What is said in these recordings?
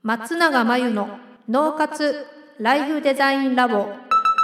松永真由の脳活ライフデザインラボ。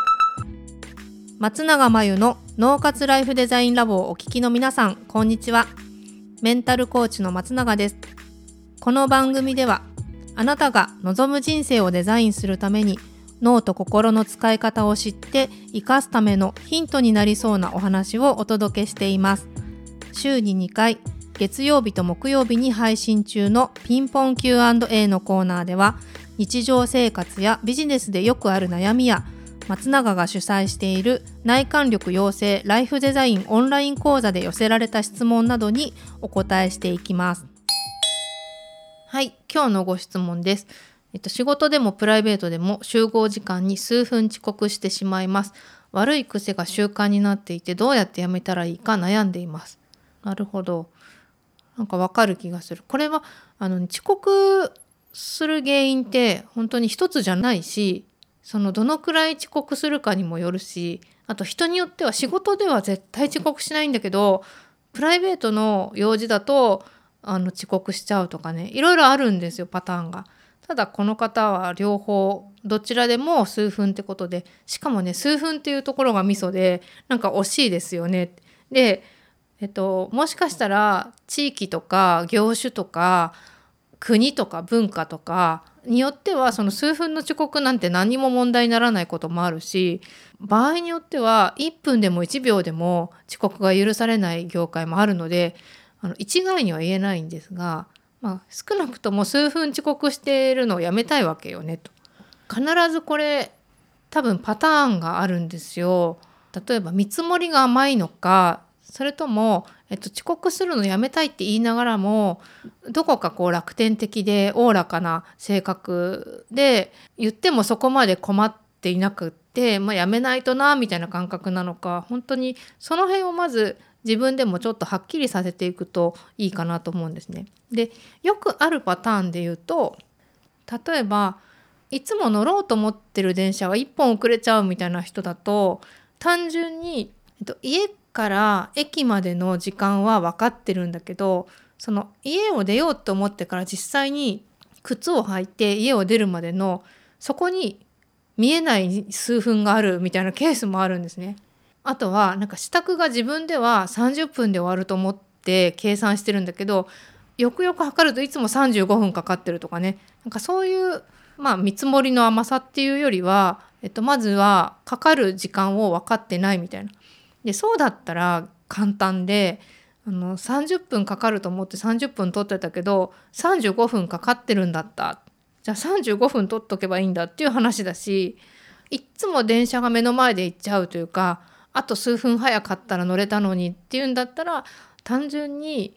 松永真由の脳活ライフデザインラボをお聞きの皆さん、こんにちは。メンタルコーチの松永です。この番組ではあなたが望む人生をデザインするために脳と心の使い方を知って生かすためのヒントになりそうなお話をお届けしています。週に2回、月曜日と木曜日に配信中のピンポン Q&A のコーナーでは、日常生活やビジネスでよくある悩みや、松永が主催している内観力養成ライフデザインオンライン講座で寄せられた質問などにお答えしていきます。はい、今日のご質問です。仕事でもプライベートでも集合時間に数分遅刻してしまいます。悪い癖が習慣になっていて、どうやってやめたらいいか悩んでいます。なるほど。なんかわかる気がする。これは遅刻する原因って本当に一つじゃないし、どのくらい遅刻するかにもよるし、あと人によっては仕事では絶対遅刻しないんだけど、プライベートの用事だと遅刻しちゃうとかね、いろいろあるんですよ、パターンが。ただこの方は両方どちらでも数分ってことで、しかもね、数分っていうところがミソで、なんか惜しいですよね。でもしかしたら地域とか業種とか国とか文化とかによっては、その数分の遅刻なんて何も問題にならないこともあるし、場合によっては1分でも1秒でも遅刻が許されない業界もあるので、一概には言えないんですが、少なくとも数分遅刻しているのをやめたいわけよねと。必ずこれ多分パターンがあるんですよ。例えば見積もりが甘いのか、それとも、遅刻するのやめたいって言いながらも、どこか楽天的でおおらかな性格で、言ってもそこまで困っていなくって、やめないとなみたいな感覚なのか、本当にその辺をまず自分でもちょっとはっきりさせていくといいかなと思うんですね。で、よくあるパターンで言うと、例えばいつも乗ろうと思ってる電車は1本遅れちゃうみたいな人だと、単純に、家から駅までの時間は分かってるんだけど、その家を出ようと思ってから実際に靴を履いて家を出るまでの、そこに見えない数分があるみたいなケースもあるんですね。あとは支度が自分では30分で終わると思って計算してるんだけど、よくよく測るといつも35分かかってるとかね。そういう見積もりの甘さっていうよりは、まずはかかる時間を分かってないみたいな。で、そうだったら簡単で、30分かかると思って30分取ってたけど35分かかってるんだった。じゃあ35分取っとけばいいんだっていう話だし、いっつも電車が目の前で行っちゃうというか、あと数分早かったら乗れたのにっていうんだったら、単純に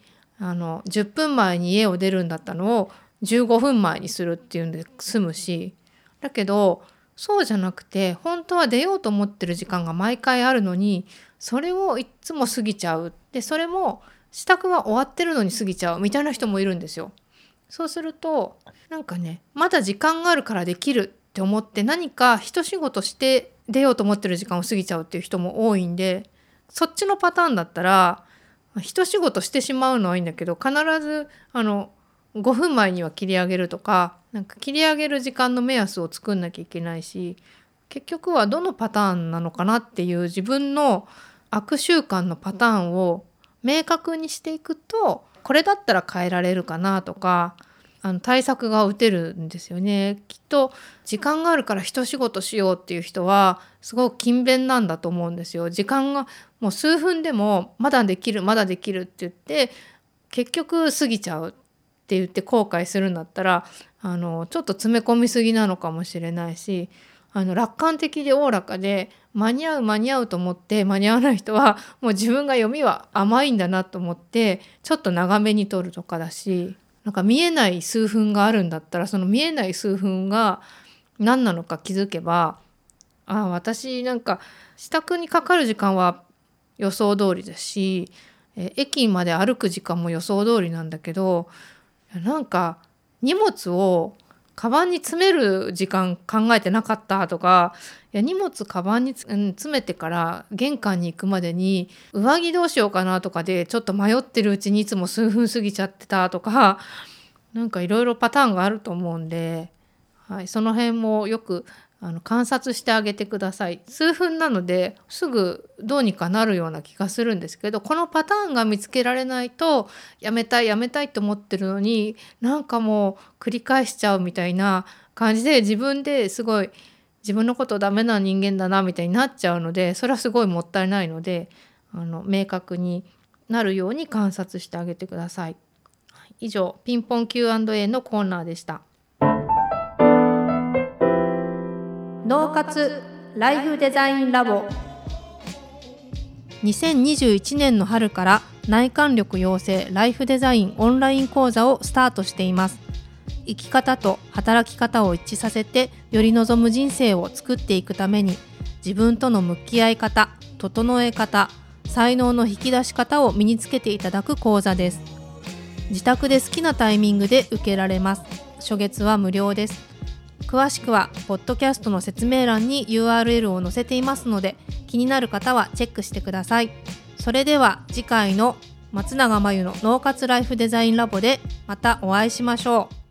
10分前に家を出るんだったのを15分前にするっていうんで済むし、だけどそうじゃなくて、本当は出ようと思ってる時間が毎回あるのに、それをいつも過ぎちゃう。で、それも支度は終わってるのに過ぎちゃうみたいな人もいるんですよ。そうするとまだ時間があるからできるって思って、何か一仕事して出ようと思ってる時間を過ぎちゃうっていう人も多いんで、そっちのパターンだったら一仕事してしまうのはいいんだけど、必ず5分前には切り上げるとか、切り上げる時間の目安を作んなきゃいけないし、結局はどのパターンなのかなっていう自分の悪習慣のパターンを明確にしていくと、これだったら変えられるかなとか、対策が打てるんですよね。きっと時間があるから一仕事しようっていう人はすごく勤勉なんだと思うんですよ。時間がもう数分でもまだできるまだできるって言って結局過ぎちゃうって言って後悔するんだったら、ちょっと詰め込みすぎなのかもしれないし、楽観的でおおらかで間に合うと思って間に合わない人は、もう自分が読みは甘いんだなと思ってちょっと長めに取るとかだし、見えない数分があるんだったら、その見えない数分が何なのか気づけば、私支度にかかる時間は予想通りだし、駅まで歩く時間も予想通りなんだけど、荷物をカバンに詰める時間考えてなかったとか、荷物カバンに詰めてから玄関に行くまでに上着どうしようかなとかでちょっと迷ってるうちにいつも数分過ぎちゃってたとか、 なんかいろいろパターンがあると思うんで、その辺もよく観察してあげてください。数分なのですぐどうにかなるような気がするんですけど、このパターンが見つけられないとやめたいって思ってるのに、なんかもう繰り返しちゃうみたいな感じで、自分ですごい自分のことダメな人間だなみたいになっちゃうので、それはすごいもったいないので、明確になるように観察してあげてください。以上、ピンポン Q&A のコーナーでした。脳活ライフデザインラボ。2021年の春から内観力養成ライフデザインオンライン講座をスタートしています。生き方と働き方を一致させてより望む人生を作っていくために、自分との向き合い方、整え方、才能の引き出し方を身につけていただく講座です。自宅で好きなタイミングで受けられます。初月は無料です。詳しくはポッドキャストの説明欄に URL を載せていますので、気になる方はチェックしてください。それでは次回の松永真由の脳活ライフデザインラボでまたお会いしましょう。